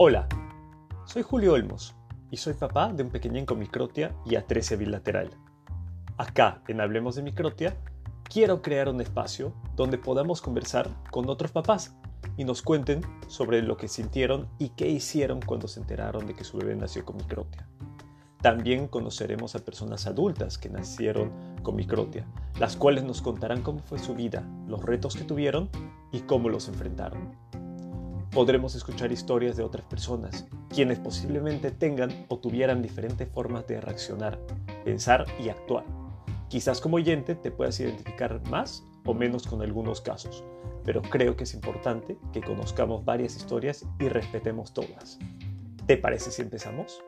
Hola, soy Julio Olmos y soy papá de un pequeñín con microtia y atresia bilateral. Acá, en Hablemos de Microtia, quiero crear un espacio donde podamos conversar con otros papás y nos cuenten sobre lo que sintieron y qué hicieron cuando se enteraron de que su bebé nació con microtia. También conoceremos a personas adultas que nacieron con microtia, las cuales nos contarán cómo fue su vida, los retos que tuvieron y cómo los enfrentaron. Podremos escuchar historias de otras personas, quienes posiblemente tengan o tuvieran diferentes formas de reaccionar, pensar y actuar. Quizás como oyente te puedas identificar más o menos con algunos casos, pero creo que es importante que conozcamos varias historias y respetemos todas. ¿Te parece si empezamos?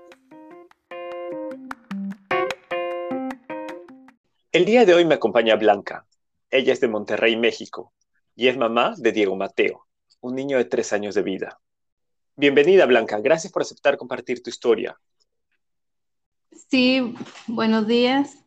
El día de hoy me acompaña Blanca. Ella es de Monterrey, México, y es mamá de Diego Mateo, un niño de 3 años de vida. Bienvenida, Blanca. Gracias por aceptar compartir tu historia. Sí, buenos días.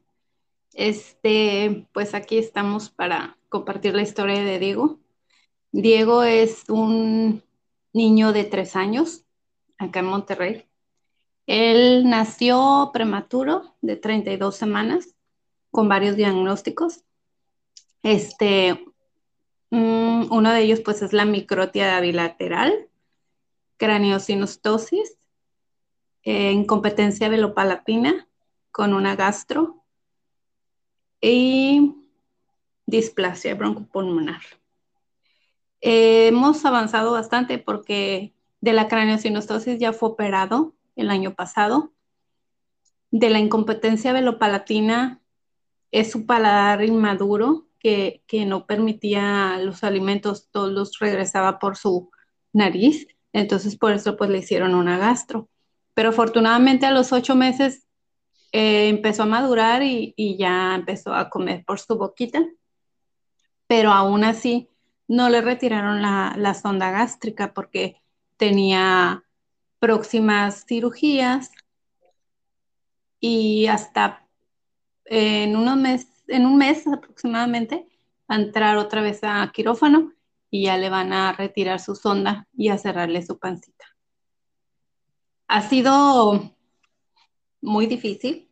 Pues aquí estamos para compartir la historia de Diego. Diego es un niño de 3 años acá en Monterrey. Él nació prematuro de 32 semanas con varios diagnósticos. Este, Uno de ellos pues es la microtia bilateral, craneosinostosis, incompetencia velopalatina con una gastro y displasia broncopulmonar. Hemos avanzado bastante porque de la craneosinostosis ya fue operado el año pasado. De la incompetencia velopalatina es su paladar inmaduro que no permitía los alimentos, todos los regresaba por su nariz. Entonces por eso pues le hicieron una gastro. Pero afortunadamente a los 8 meses empezó a madurar y ya empezó a comer por su boquita, pero aún así no le retiraron la sonda gástrica porque tenía próximas cirugías y hasta en un mes aproximadamente, va a entrar otra vez a quirófano y ya le van a retirar su sonda y a cerrarle su pancita. Ha sido muy difícil.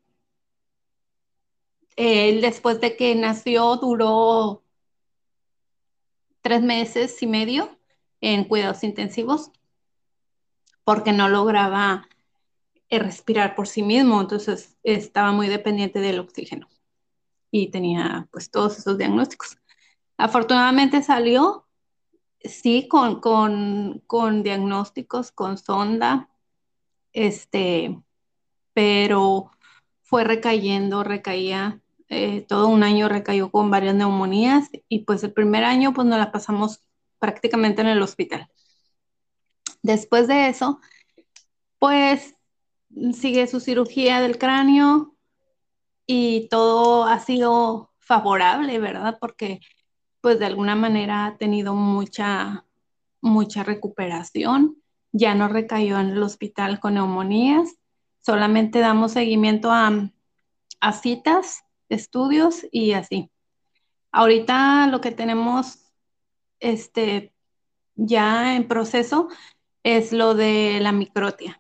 Él después de que nació duró 3 meses y medio en cuidados intensivos porque no lograba respirar por sí mismo, entonces estaba muy dependiente del oxígeno y tenía pues todos esos diagnósticos. Afortunadamente salió, sí, con diagnósticos, con sonda, este, pero fue recayendo, recaía, todo un año recayó con varias neumonías y pues el primer año pues nos la pasamos prácticamente en el hospital. Después de eso, pues sigue su cirugía del cráneo y todo ha sido favorable, ¿verdad? Porque pues de alguna manera ha tenido mucha recuperación, ya no recayó en el hospital con neumonías, solamente damos seguimiento a citas, estudios y así. Ahorita lo que tenemos este, ya en proceso es lo de la microtia.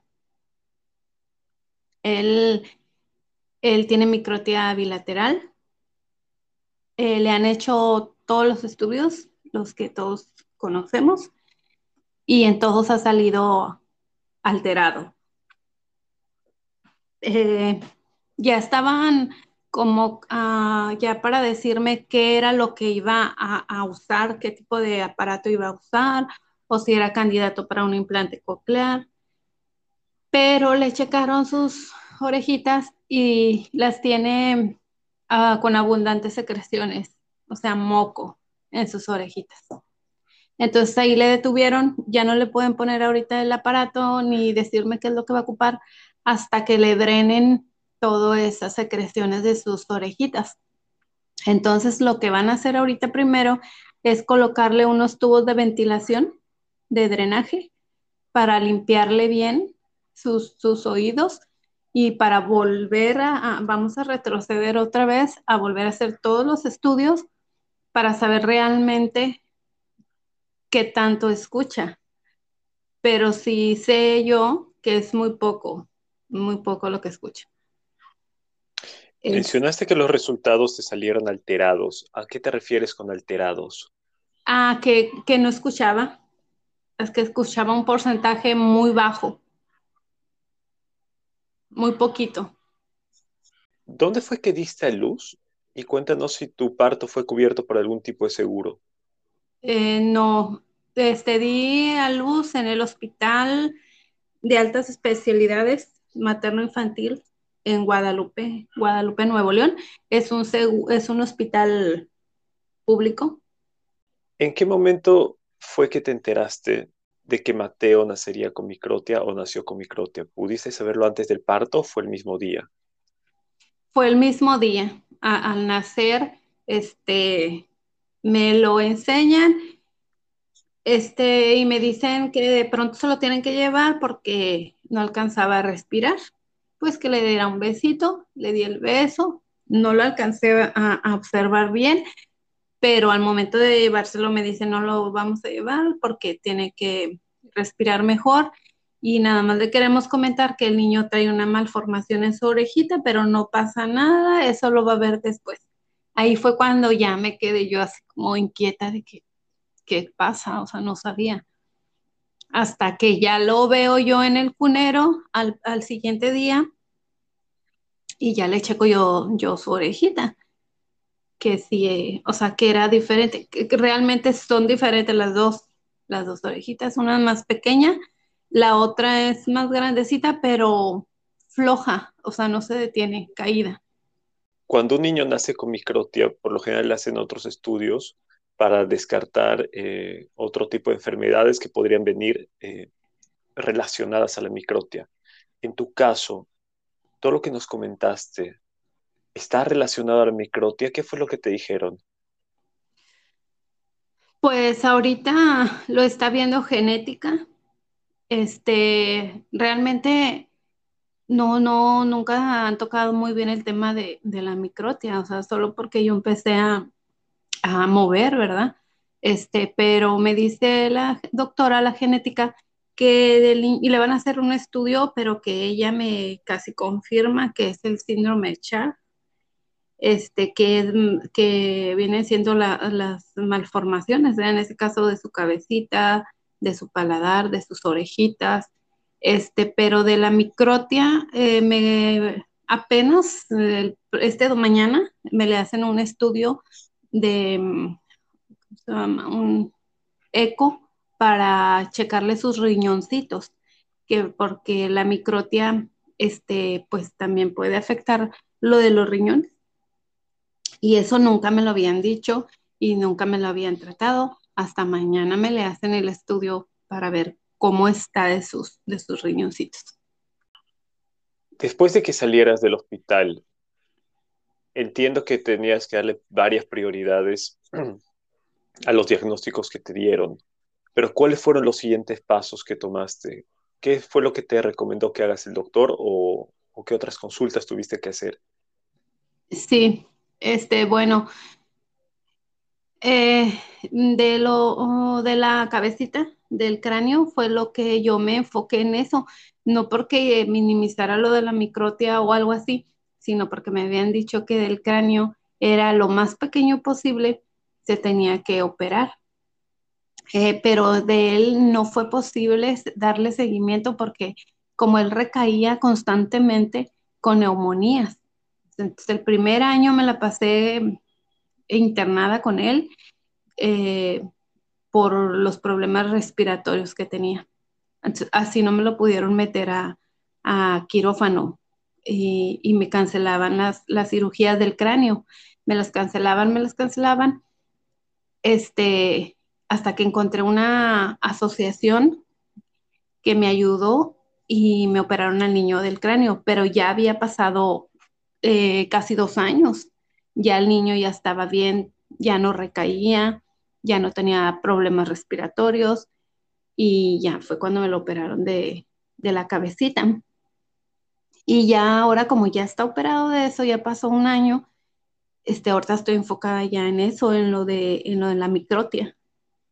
Él, él tiene microtia bilateral. Le han hecho todos los estudios, los que todos conocemos, y en todos ha salido alterado. Eh, ya estaban como ya para decirme qué era lo que iba a usar, qué tipo de aparato iba a usar, o si era candidato para un implante coclear, pero le checaron sus orejitas y las tiene con abundantes secreciones, o sea, moco en sus orejitas. Entonces ahí le detuvieron, ya no le pueden poner ahorita el aparato ni decirme qué es lo que va a ocupar hasta que le drenen todas esas secreciones de sus orejitas. Entonces lo que van a hacer ahorita primero es colocarle unos tubos de ventilación, de drenaje, para limpiarle bien sus oídos y para volver vamos a retroceder otra vez, a volver a hacer todos los estudios para saber realmente qué tanto escucha, pero sí sé yo que es muy poco lo que escucho. Es, Mencionaste que los resultados te salieron alterados. ¿A qué te refieres con alterados? que no escuchaba, es que escuchaba un porcentaje muy bajo, muy poquito. ¿Dónde fue que diste a luz? Y cuéntanos si tu parto fue cubierto por algún tipo de seguro. No, di a luz en el hospital de altas especialidades materno-infantil en Guadalupe, Guadalupe, Nuevo León. Es un hospital público. ¿En qué momento fue que te enteraste de que Mateo nacería con microtia o nació con microtia? ¿Pudiste saberlo antes del parto o fue el mismo día? Fue el mismo día. Al nacer, me lo enseñan, y me dicen que de pronto se lo tienen que llevar porque no alcanzaba a respirar. Pues que le diera un besito, le di el beso, no lo alcancé a observar bien, pero al momento de llevárselo me dicen no lo vamos a llevar porque tiene que respirar mejor y nada más le queremos comentar que el niño trae una malformación en su orejita, pero no pasa nada, eso lo va a ver después. Ahí fue cuando ya me quedé yo así como inquieta de que, ¿qué pasa? O sea, no sabía. Hasta que ya lo veo yo en el cunero al siguiente día y ya le checo yo su orejita que sí, o sea, que era diferente, que realmente son diferentes las dos orejitas, una es más pequeña, la otra es más grandecita, pero floja, o sea, no se detiene, caída. Cuando un niño nace con microtia, por lo general le hacen otros estudios para descartar otro tipo de enfermedades que podrían venir relacionadas a la microtia. En tu caso, todo lo que nos comentaste, ¿está relacionado a la microtia? ¿Qué fue lo que te dijeron? Pues ahorita lo está viendo genética, realmente nunca han tocado muy bien el tema de la microtia, o sea, solo porque yo empecé a mover, ¿verdad? Pero me dice la doctora, la genética, y le van a hacer un estudio, pero que ella me casi confirma que es el síndrome de Child, que vienen siendo las malformaciones, ¿verdad? En ese caso de su cabecita, de su paladar, de sus orejitas, pero de la microtia, apenas mañana me le hacen un estudio de un eco para checarle sus riñoncitos, que porque la microtia, pues también puede afectar lo de los riñones. Y eso nunca me lo habían dicho y nunca me lo habían tratado. Hasta mañana me le hacen el estudio para ver cómo está de sus riñoncitos. Después de que salieras del hospital, entiendo que tenías que darle varias prioridades a los diagnósticos que te dieron, pero ¿cuáles fueron los siguientes pasos que tomaste? ¿Qué fue lo que te recomendó que hagas el doctor o qué otras consultas tuviste que hacer? Sí, bueno, de la cabecita, del cráneo, fue lo que yo me enfoqué en eso, no porque minimizara lo de la microtia o algo así, sino porque me habían dicho que del cráneo era lo más pequeño posible, se tenía que operar. Pero de él no fue posible darle seguimiento porque como él recaía constantemente con neumonías. Entonces, el primer año me la pasé internada con él eh, por los problemas respiratorios que tenía. Entonces, así no me lo pudieron meter a quirófano y me cancelaban las cirugías del cráneo. Me las cancelaban, este, hasta que encontré una asociación que me ayudó y me operaron al niño del cráneo, pero ya había pasado casi 2 años. Ya el niño ya estaba bien, ya no recaía, ya no tenía problemas respiratorios y ya fue cuando me lo operaron de la cabecita. Y ya ahora como ya está operado de eso, ya pasó un año, ahorita estoy enfocada ya en eso, en lo de la microtia.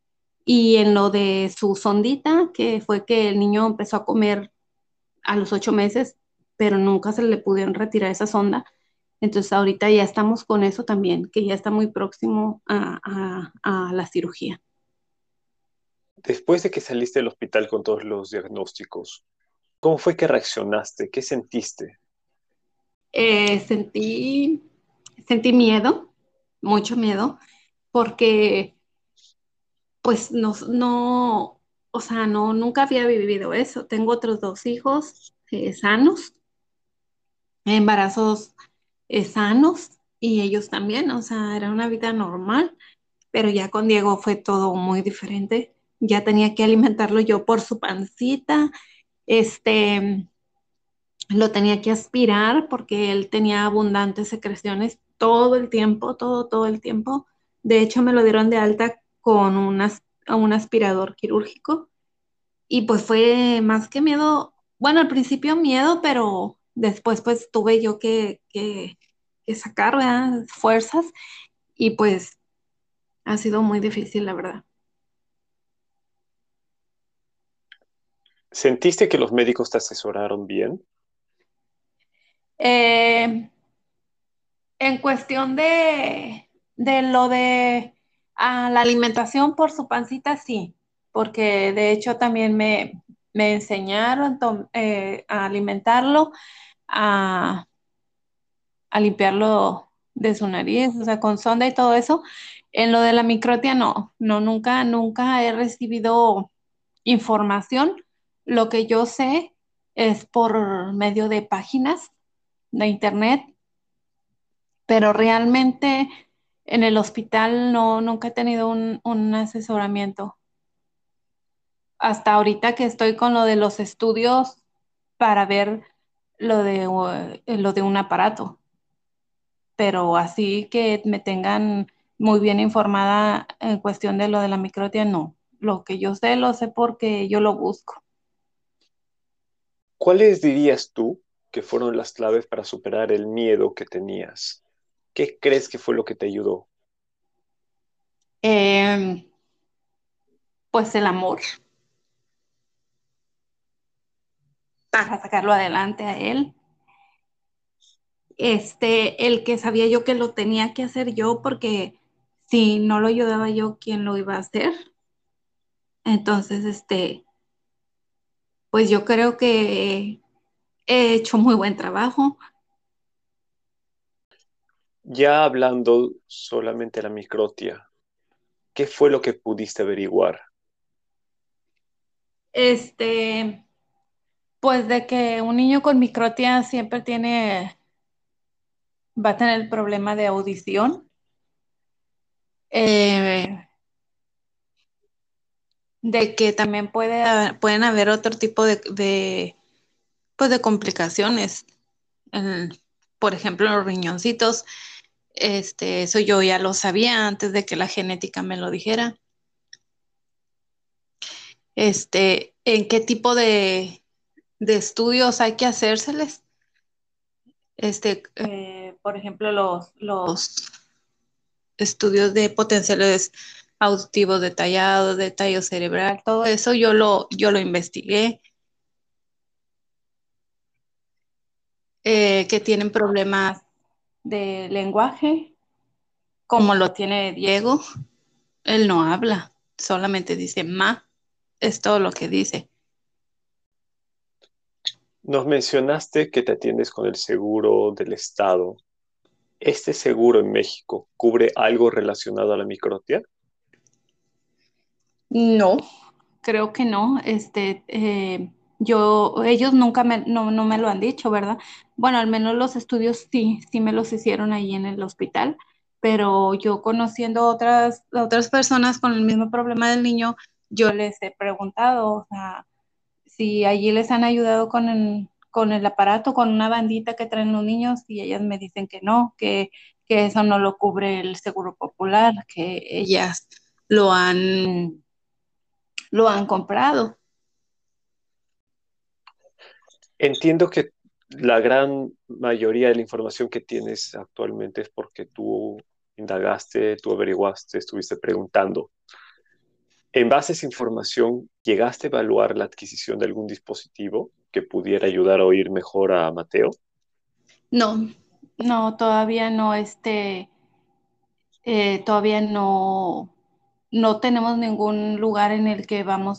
Y en lo de su sondita, que fue que el niño empezó a comer a los 8 meses, pero nunca se le pudieron retirar esa sonda. Entonces ahorita ya estamos con eso también, que ya está muy próximo a la cirugía. Después de que saliste del hospital con todos los diagnósticos, ¿cómo fue que reaccionaste? ¿Qué sentiste? Eh, sentí, sentí miedo, mucho miedo, porque pues no, o sea, no, nunca había vivido eso. Tengo otros dos hijos sanos, embarazos sanos, y ellos también, o sea, era una vida normal, pero ya con Diego fue todo muy diferente. Ya tenía que alimentarlo yo por su pancita, este, lo tenía que aspirar porque él tenía abundantes secreciones todo el tiempo, todo el tiempo. De hecho, me lo dieron de alta con un aspirador quirúrgico y pues fue más que miedo, bueno, al principio miedo, pero después pues tuve yo que sacar, ¿verdad? Fuerzas y pues ha sido muy difícil, la verdad. ¿Sentiste que los médicos te asesoraron bien? Eh, En cuestión de lo de la alimentación por su pancita, sí, porque de hecho también me enseñaron a alimentarlo, a, a limpiarlo de su nariz, o sea, con sonda y todo eso. En lo de la microtia, no, nunca he recibido información. Lo que yo sé es por medio de páginas de internet, pero realmente en el hospital no, nunca he tenido un asesoramiento. Hasta ahorita que estoy con lo de los estudios para ver lo de un aparato, pero así que me tengan muy bien informada en cuestión de lo de la microtia, no. Lo que yo sé, lo sé porque yo lo busco. ¿Cuáles dirías tú que fueron las claves para superar el miedo que tenías? ¿Qué crees que fue lo que te ayudó? Eh, pues el amor para sacarlo adelante a él, el que sabía yo que lo tenía que hacer yo, porque si no lo ayudaba yo, ¿quién lo iba a hacer? Entonces, pues yo creo que he hecho muy buen trabajo. Ya hablando solamente de la microtia, ¿qué fue lo que pudiste averiguar? Este, pues de que un niño con microtia siempre va a tener el problema de audición, eh, de que también pueden haber otro tipo pues de complicaciones. En- por ejemplo, los riñoncitos. Eso yo ya lo sabía antes de que la genética me lo dijera. En qué tipo de estudios hay que hacérseles. Por ejemplo, los estudios de potenciales auditivos detallados, de tallo cerebral, todo eso yo lo investigué. Que tienen problemas de lenguaje, como lo tiene Diego. Él no habla, solamente dice ma, es todo lo que dice. Nos mencionaste que te atiendes con el seguro del Estado. ¿Este seguro en México cubre algo relacionado a la microtia? No, creo que no. Ellos nunca no me lo han dicho, ¿verdad? Bueno, al menos los estudios sí me los hicieron ahí en el hospital, pero yo conociendo otras personas con el mismo problema del niño, yo les he preguntado, o sea, si allí les han ayudado con el aparato, con una bandita que traen los niños, y ellas me dicen que no, que eso no lo cubre el Seguro Popular, que ellas lo han, lo han comprado. Entiendo que la gran mayoría de la información que tienes actualmente es porque tú indagaste, tú averiguaste, estuviste preguntando. En base a esa información, ¿llegaste a evaluar la adquisición de algún dispositivo que pudiera ayudar a oír mejor a Mateo? No, no, todavía no, todavía no tenemos ningún lugar en el que vamos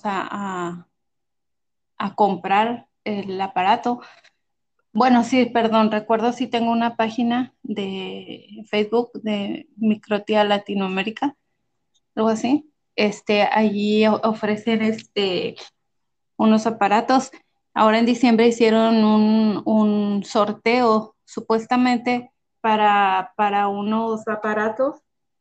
a comprar el aparato. Bueno, sí, perdón, recuerdo si tengo una página de Facebook de Microtia Latinoamérica, algo así. Allí ofrecen unos aparatos. Ahora en diciembre hicieron un sorteo supuestamente para unos aparatos,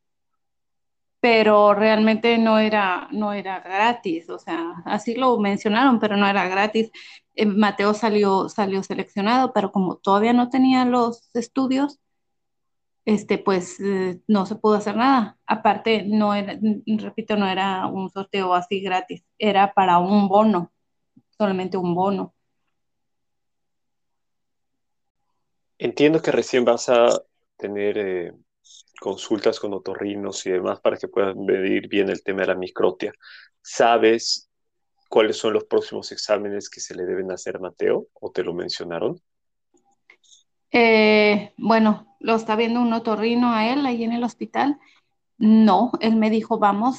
pero realmente no era gratis, o sea, así lo mencionaron, pero no era gratis. Mateo salió seleccionado, pero como todavía no tenía los estudios, pues no se pudo hacer nada. Aparte, no era, repito, no era un sorteo así gratis, era para un bono, solamente un bono. Entiendo que recién vas a tener consultas con otorrinos y demás para que puedan medir bien el tema de la microtia. ¿Sabes cuáles son los próximos exámenes que se le deben hacer a Mateo o te lo mencionaron? Bueno, lo está viendo un otorrino a él ahí en el hospital. No, él me dijo,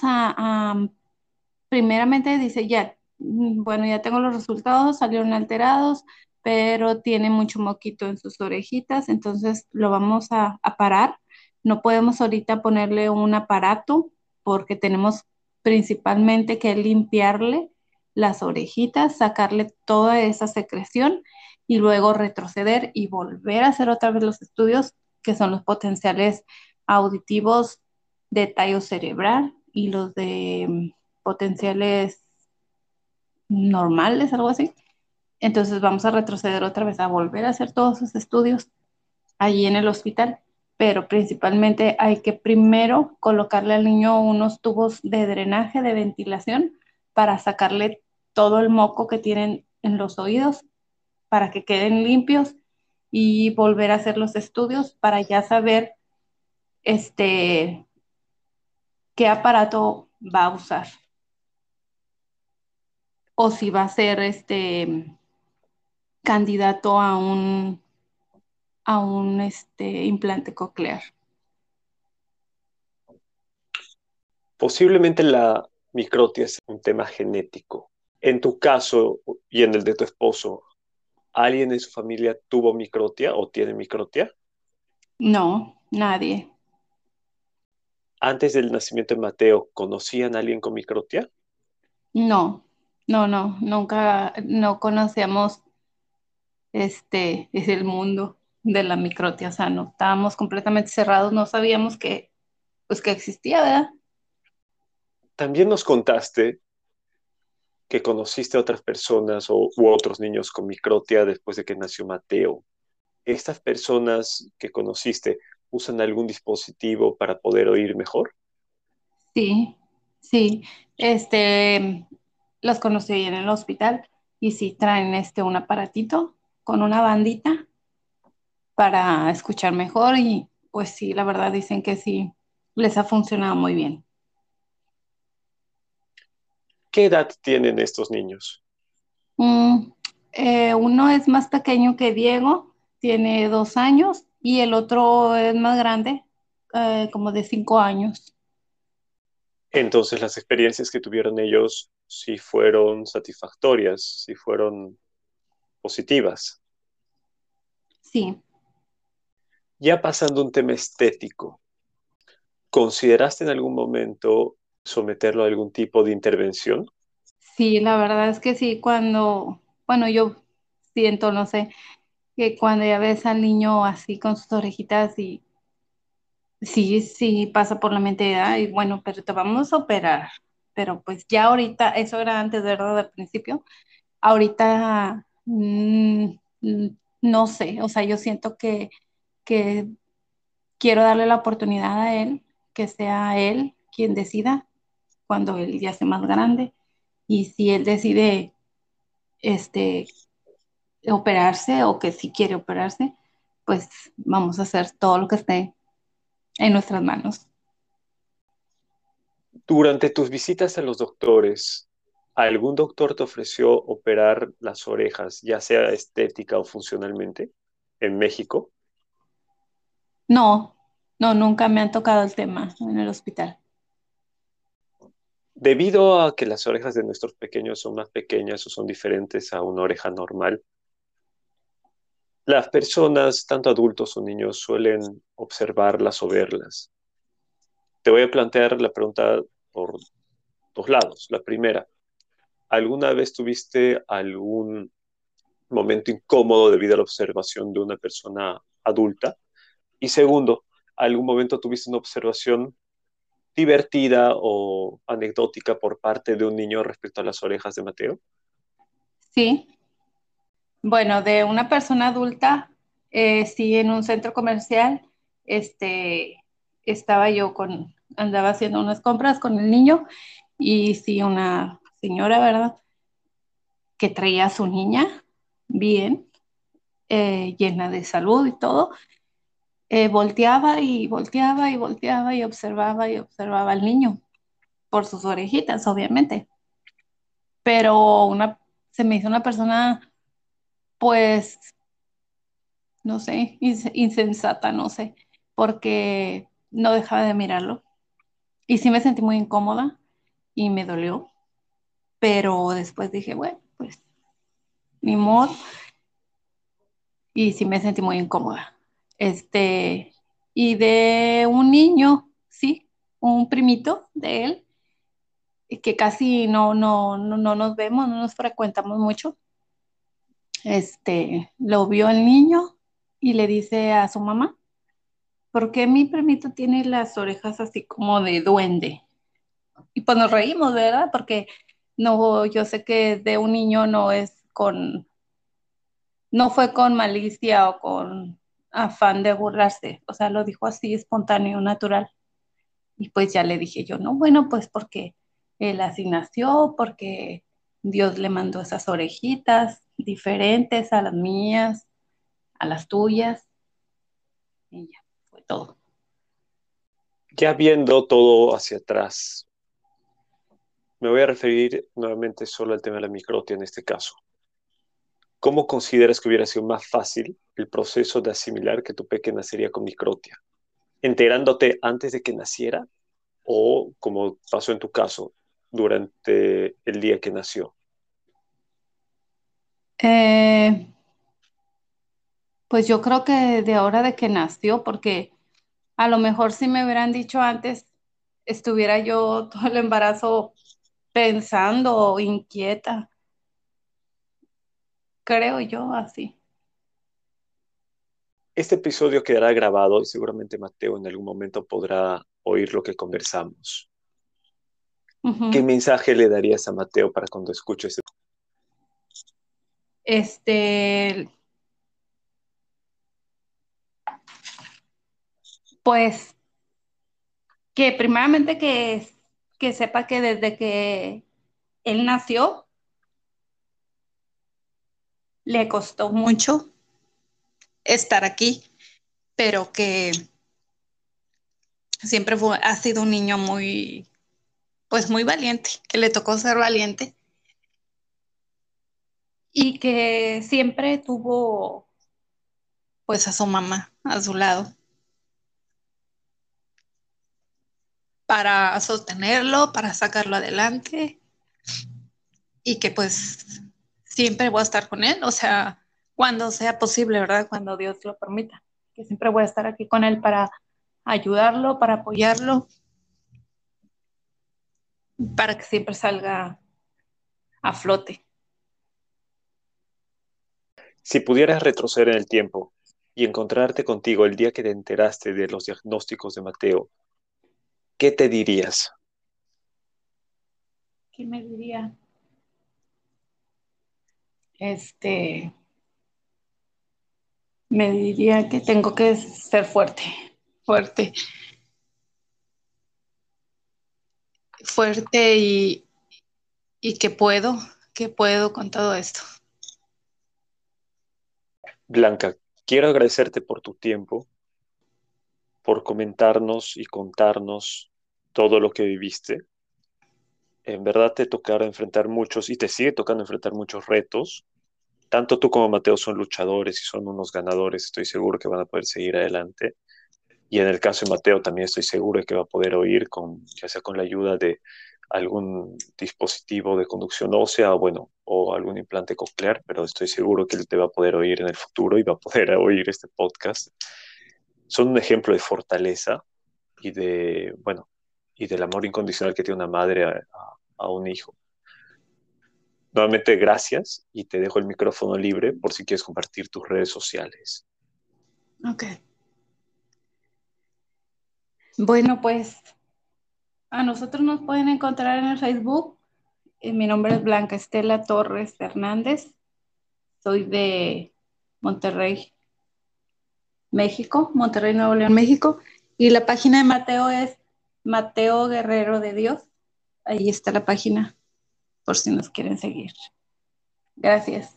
primeramente dice, ya, bueno, ya tengo los resultados, salieron alterados, pero tiene mucho moquito en sus orejitas, entonces lo vamos a parar. No podemos ahorita ponerle un aparato porque tenemos principalmente que limpiarle las orejitas, sacarle toda esa secreción y luego retroceder y volver a hacer otra vez los estudios que son los potenciales auditivos de tallo cerebral y los de potenciales normales, algo así. Entonces vamos a retroceder otra vez a volver a hacer todos esos estudios allí en el hospital, pero principalmente hay que primero colocarle al niño unos tubos de drenaje, de ventilación, para sacarle todo el moco que tienen en los oídos, para que queden limpios y volver a hacer los estudios para ya saber este, qué aparato va a usar o si va a ser candidato a un implante coclear. Posiblemente la microtia es un tema genético. En tu caso y en el de tu esposo, ¿alguien en su familia tuvo microtia o tiene microtia? No, nadie. Antes del nacimiento de Mateo, ¿conocían a alguien con microtia? No, no, no, nunca, no conocíamos es el mundo de la microtia, o sea, no, estábamos completamente cerrados, no sabíamos pues que existía, ¿verdad? También nos contaste que conociste a otras personas u otros niños con microtia después de que nació Mateo. ¿Estas personas que conociste usan algún dispositivo para poder oír mejor? Sí, sí, los conocí ahí en el hospital y sí traen un aparatito con una bandita para escuchar mejor y pues sí, la verdad dicen que sí, les ha funcionado muy bien. ¿Qué edad tienen estos niños? Mm, Uno es más pequeño que Diego, tiene 2 años y el otro es más grande, como de 5 años. Entonces las experiencias que tuvieron ellos sí fueron satisfactorias, sí fueron positivas. Sí, Ya pasando a un tema estético, ¿consideraste en algún momento someterlo a algún tipo de intervención? sí, la verdad es que sí, bueno, yo siento, no sé, que cuando ya ves al niño así con sus orejitas y sí, sí pasa por la mente de, ay, bueno, pero te vamos a operar. Pero pues ya ahorita, eso era antes, ¿verdad? Al principio. Ahorita, no sé, o sea, yo siento que quiero darle la oportunidad a él, que sea él quien decida cuando él ya sea más grande. Y si él decide, este, operarse o que si quiere operarse, pues vamos a hacer todo lo que esté en nuestras manos. Durante tus visitas a los doctores, ¿algún doctor te ofreció operar las orejas, ya sea estética o funcionalmente, en México? No, no, nunca me han tocado el tema en el hospital. Debido a que las orejas de nuestros pequeños son más pequeñas o son diferentes a una oreja normal, las personas, tanto adultos o niños, suelen observarlas o verlas. Te voy a plantear la pregunta por dos lados. La primera, ¿alguna vez tuviste algún momento incómodo debido a la observación de una persona adulta? Y segundo, ¿algún momento tuviste una observación divertida o anecdótica por parte de un niño respecto a las orejas de Mateo? Sí, bueno, de una persona adulta, sí, en un centro comercial, este, estaba yo andaba haciendo unas compras con el niño y sí, una señora, ¿verdad? Que traía a su niña bien, llena de salud y todo, volteaba y volteaba y volteaba y observaba al niño por sus orejitas, obviamente. Pero se me hizo una persona, pues, no sé, insensata, no sé, porque no dejaba de mirarlo. Y sí me sentí muy incómoda y me dolió, pero después dije, bueno, pues, ni modo, y sí me sentí muy incómoda. Este, y de un niño, sí, un primito de él, que casi no nos vemos, no nos frecuentamos mucho. Lo vio el niño y le dice a su mamá, ¿por qué mi primito tiene las orejas así como de duende? Y pues nos reímos, ¿verdad? Porque no, yo sé que de un niño no fue con malicia o con afán de burlarse, o sea, lo dijo así espontáneo, natural. Y pues ya le dije yo, no, bueno, pues porque él así nació, porque Dios le mandó esas orejitas diferentes a las mías, a las tuyas, y ya, fue todo. Ya viendo todo hacia atrás, me voy a referir nuevamente solo al tema de la microtia en este caso. ¿Cómo consideras que hubiera sido más fácil el proceso de asimilar que tu peque nacería con microtia? ¿Enterándote antes de que naciera o, como pasó en tu caso, durante el día que nació? Eh, pues yo creo que de ahora de que nació, porque a lo mejor si me hubieran dicho antes, estuviera yo todo el embarazo pensando o inquieta, creo yo así. Este episodio quedará grabado y seguramente Mateo en algún momento podrá oír lo que conversamos. ¿Qué Ujú. mensaje le darías a Mateo para cuando escuche este? Este, pues que primeramente que sepa que desde que él nació, le costó mucho estar aquí, pero que ha sido un niño muy, pues muy valiente, que le tocó ser valiente y que siempre tuvo pues a su mamá a su lado para sostenerlo, para sacarlo adelante y que pues siempre voy a estar con él, o sea, cuando sea posible, ¿verdad? Cuando Dios lo permita, que siempre voy a estar aquí con él para ayudarlo, para apoyarlo, para que siempre salga a flote. Si pudieras retroceder en el tiempo y encontrarte contigo el día que te enteraste de los diagnósticos de Mateo, ¿qué te dirías? ¿Qué me diría? Este, Me diría que tengo que ser fuerte, fuerte, fuerte y que puedo con todo esto. Blanca, quiero agradecerte por tu tiempo, por comentarnos y contarnos todo lo que viviste. En verdad te tocará enfrentar muchos, y te sigue tocando enfrentar muchos retos. Tanto tú como Mateo son luchadores y son unos ganadores. Estoy seguro que van a poder seguir adelante. Y en el caso de Mateo también estoy seguro de que va a poder oír, ya sea con la ayuda de algún dispositivo de conducción ósea o, bueno, o algún implante coclear, pero estoy seguro que él te va a poder oír en el futuro y va a poder oír este podcast. Son un ejemplo de fortaleza y bueno, y del amor incondicional que tiene una madre a un hijo. Nuevamente, gracias y te dejo el micrófono libre por si quieres compartir tus redes sociales. Ok. Bueno, pues a nosotros nos pueden encontrar en el Facebook. Mi nombre es Blanca Estela Torres Hernández. Soy de Monterrey, México, Monterrey, Nuevo León, México. Y la página de Mateo es Mateo Guerrero de Dios. Ahí está la página por si nos quieren seguir. Gracias.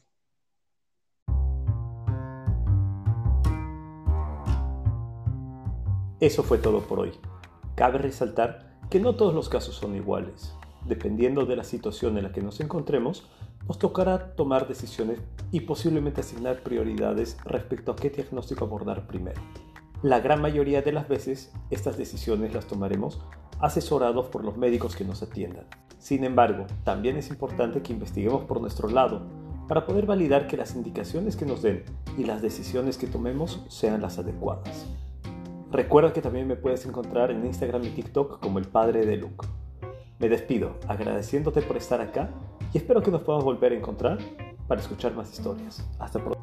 Eso fue todo por hoy. Cabe resaltar que no todos los casos son iguales. Dependiendo de la situación en la que nos encontremos, nos tocará tomar decisiones y posiblemente asignar prioridades respecto a qué diagnóstico abordar primero. La gran mayoría de las veces, estas decisiones las tomaremos asesorados por los médicos que nos atiendan. Sin embargo, también es importante que investiguemos por nuestro lado para poder validar que las indicaciones que nos den y las decisiones que tomemos sean las adecuadas. Recuerda que también me puedes encontrar en Instagram y TikTok como el Padre de Luke. Me despido agradeciéndote por estar acá y espero que nos podamos volver a encontrar para escuchar más historias. Hasta pronto.